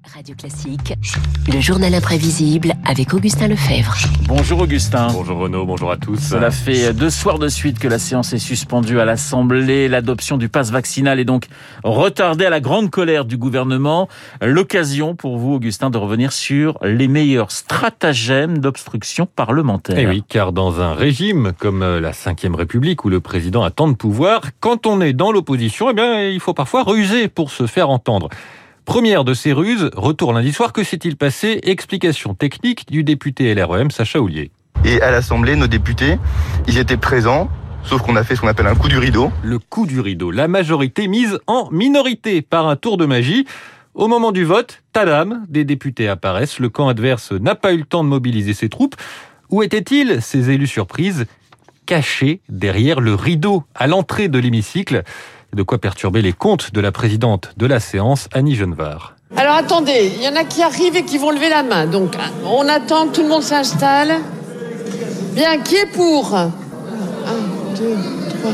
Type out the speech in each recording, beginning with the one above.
Radio Classique, le journal imprévisible avec Augustin Lefebvre. Bonjour Augustin. Bonjour Renaud, bonjour à tous. Cela fait 2 soirs de suite que la séance est suspendue à l'Assemblée. L'adoption du pass vaccinal est donc retardée à la grande colère du gouvernement. L'occasion pour vous, Augustin, de revenir sur les meilleurs stratagèmes d'obstruction parlementaire. Eh oui, car dans un régime comme la Ve République où le président a tant de pouvoir, quand on est dans l'opposition, il faut parfois ruser pour se faire entendre. Première de ces ruses, retour lundi soir, que s'est-il passé? Explication technique du député LREM, Sacha Houlié. Et à l'Assemblée, nos députés, ils étaient présents, sauf qu'on a fait ce qu'on appelle un coup du rideau. Le coup du rideau, la majorité mise en minorité par un tour de magie. Au moment du vote, tadam, des députés apparaissent, le camp adverse n'a pas eu le temps de mobiliser ses troupes. Où étaient-ils, ces élus surprises? Cachés derrière le rideau, à l'entrée de l'hémicycle. De quoi perturber les comptes de la présidente de la séance, Annie Genevard. Alors attendez, il y en a qui arrivent et qui vont lever la main. Donc on attend que tout le monde s'installe. Bien, qui est pour? 1, 2, 3,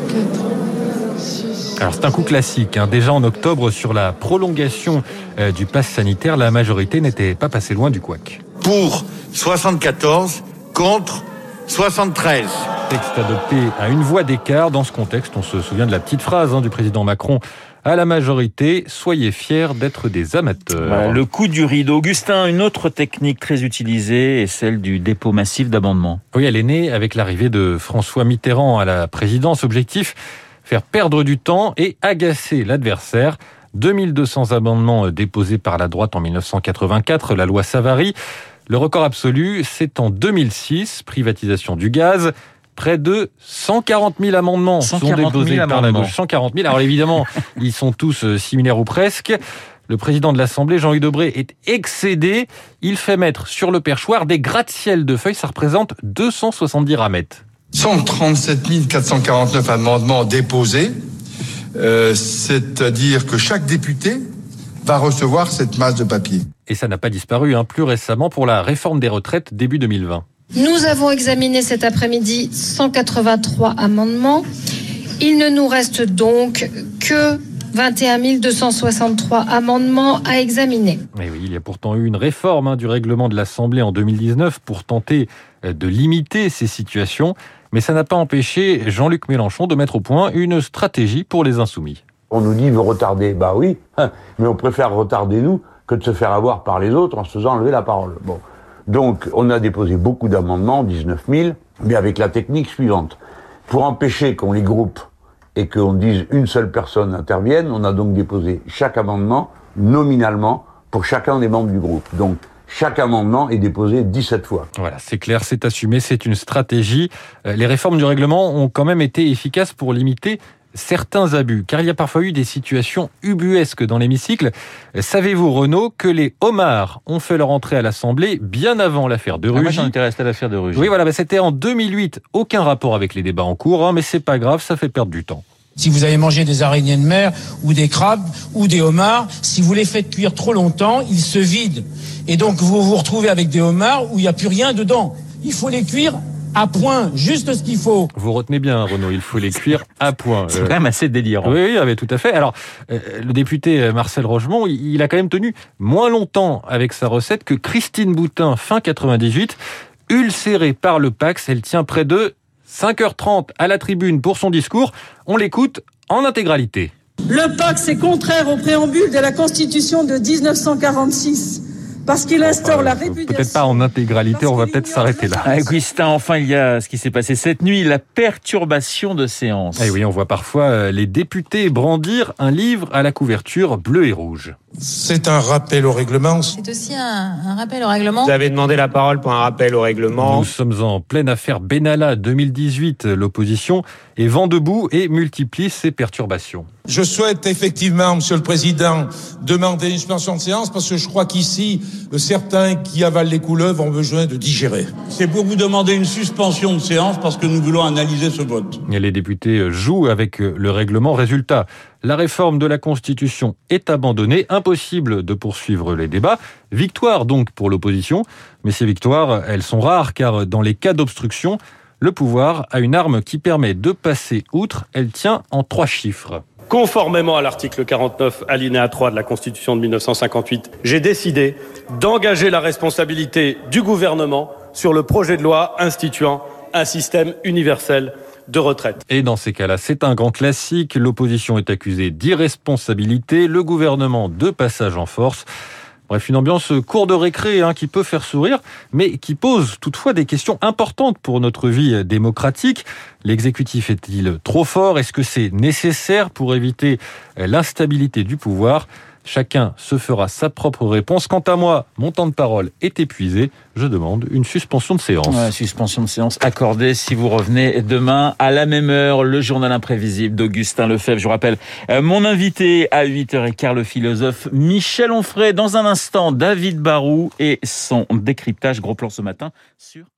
4, 6... Alors c'est un coup classique. Déjà en octobre, sur la prolongation du pass sanitaire, la majorité n'était pas passée loin du couac. Pour 74, contre 73. Texte adopté à une voix d'écart. Dans ce contexte, on se souvient de la petite phrase du président Macron à la majorité: soyez fiers d'être des amateurs. Voilà, le coup du rideau. Augustin, une autre technique très utilisée est celle du dépôt massif d'amendements. Oui, elle est née avec l'arrivée de François Mitterrand à la présidence. Objectif, faire perdre du temps et agacer l'adversaire. 2200 amendements déposés par la droite en 1984, la loi Savary. Le record absolu, c'est en 2006, privatisation du gaz. Près de 140 000 amendements sont déposés par la gauche. 140 000. Alors évidemment, ils sont tous similaires ou presque. Le président de l'Assemblée, Jean-Luc Debré, est excédé. Il fait mettre sur le perchoir des gratte-ciel de feuilles. Ça représente 270 ramettes. 137 449 amendements déposés, c'est-à-dire que chaque député va recevoir cette masse de papier. Et ça n'a pas disparu, plus récemment pour la réforme des retraites début 2020. Nous avons examiné cet après-midi 183 amendements. Il ne nous reste donc que 21 263 amendements à examiner. Et oui, il y a pourtant eu une réforme du règlement de l'Assemblée en 2019 pour tenter de limiter ces situations. Mais ça n'a pas empêché Jean-Luc Mélenchon de mettre au point une stratégie pour les insoumis. On nous dit, vous retardez. Bah oui, mais on préfère retarder nous que de se faire avoir par les autres en se faisant enlever la parole. Bon. Donc, on a déposé beaucoup d'amendements, 19 000, mais avec la technique suivante. Pour empêcher qu'on les groupe et qu'on dise une seule personne intervienne, on a donc déposé chaque amendement nominalement pour chacun des membres du groupe. Donc, chaque amendement est déposé 17 fois. Voilà, c'est clair, c'est assumé, c'est une stratégie. Les réformes du règlement ont quand même été efficaces pour limiter certains abus, car il y a parfois eu des situations ubuesques dans l'hémicycle. Savez-vous, Renaud, que les homards ont fait leur entrée à l'Assemblée bien avant l'affaire de Rugy? Moi, j'en étais resté à l'affaire de Rugy. Oui, voilà, c'était en 2008. Aucun rapport avec les débats en cours, mais c'est pas grave, ça fait perdre du temps. Si vous avez mangé des araignées de mer, ou des crabes, ou des homards, si vous les faites cuire trop longtemps, ils se vident. Et donc, vous vous retrouvez avec des homards où il n'y a plus rien dedans. Il faut les cuire à point, juste ce qu'il faut. Vous retenez bien, Renaud, il faut les cuire à point. C'est quand même assez délirant. Oui, tout à fait. Alors, le député Marcel Rogemont, il a quand même tenu moins longtemps avec sa recette que Christine Boutin, fin 98. Ulcérée par le Pacs, elle tient près de 5h30 à la tribune pour son discours. On l'écoute en intégralité. Le Pacs est contraire au préambule de la Constitution de 1946. Parce qu'il instaure la répudiation... Peut-être pas en intégralité, on va peut-être s'arrêter là. Augustin, enfin, il y a ce qui s'est passé cette nuit, la perturbation de séance. Eh oui, on voit parfois les députés brandir un livre à la couverture bleu et rouge. C'est un rappel au règlement. C'est aussi un rappel au règlement. Vous avez demandé la parole pour un rappel au règlement. Nous sommes en pleine affaire Benalla 2018. L'opposition est vent debout et multiplie ses perturbations. Je souhaite effectivement, Monsieur le Président, demander une suspension de séance parce que je crois qu'ici, certains qui avalent les couleuvres ont besoin de digérer. C'est pour vous demander une suspension de séance parce que nous voulons analyser ce vote. Et les députés jouent avec le règlement. Résultat, la réforme de la Constitution est abandonnée. Impossible de poursuivre les débats. Victoire donc pour l'opposition. Mais ces victoires, elles sont rares car dans les cas d'obstruction, le pouvoir a une arme qui permet de passer outre. Elle tient en 3 chiffres. Conformément à l'article 49, alinéa 3 de la Constitution de 1958, j'ai décidé d'engager la responsabilité du gouvernement sur le projet de loi instituant un système universel de retraite. Et dans ces cas-là, c'est un grand classique. L'opposition est accusée d'irresponsabilité, le gouvernement de passage en force. Bref, une ambiance cour de récré qui peut faire sourire, mais qui pose toutefois des questions importantes pour notre vie démocratique. L'exécutif est-il trop fort ? Est-ce que c'est nécessaire pour éviter l'instabilité du pouvoir ? Chacun se fera sa propre réponse. Quant à moi, mon temps de parole est épuisé. Je demande une suspension de séance. Ouais, suspension de séance accordée si vous revenez demain à la même heure. Le journal imprévisible d'Augustin Lefebvre. Je vous rappelle, mon invité à 8h15, le philosophe Michel Onfray. Dans un instant, David Barou et son décryptage. Gros plan ce matin sur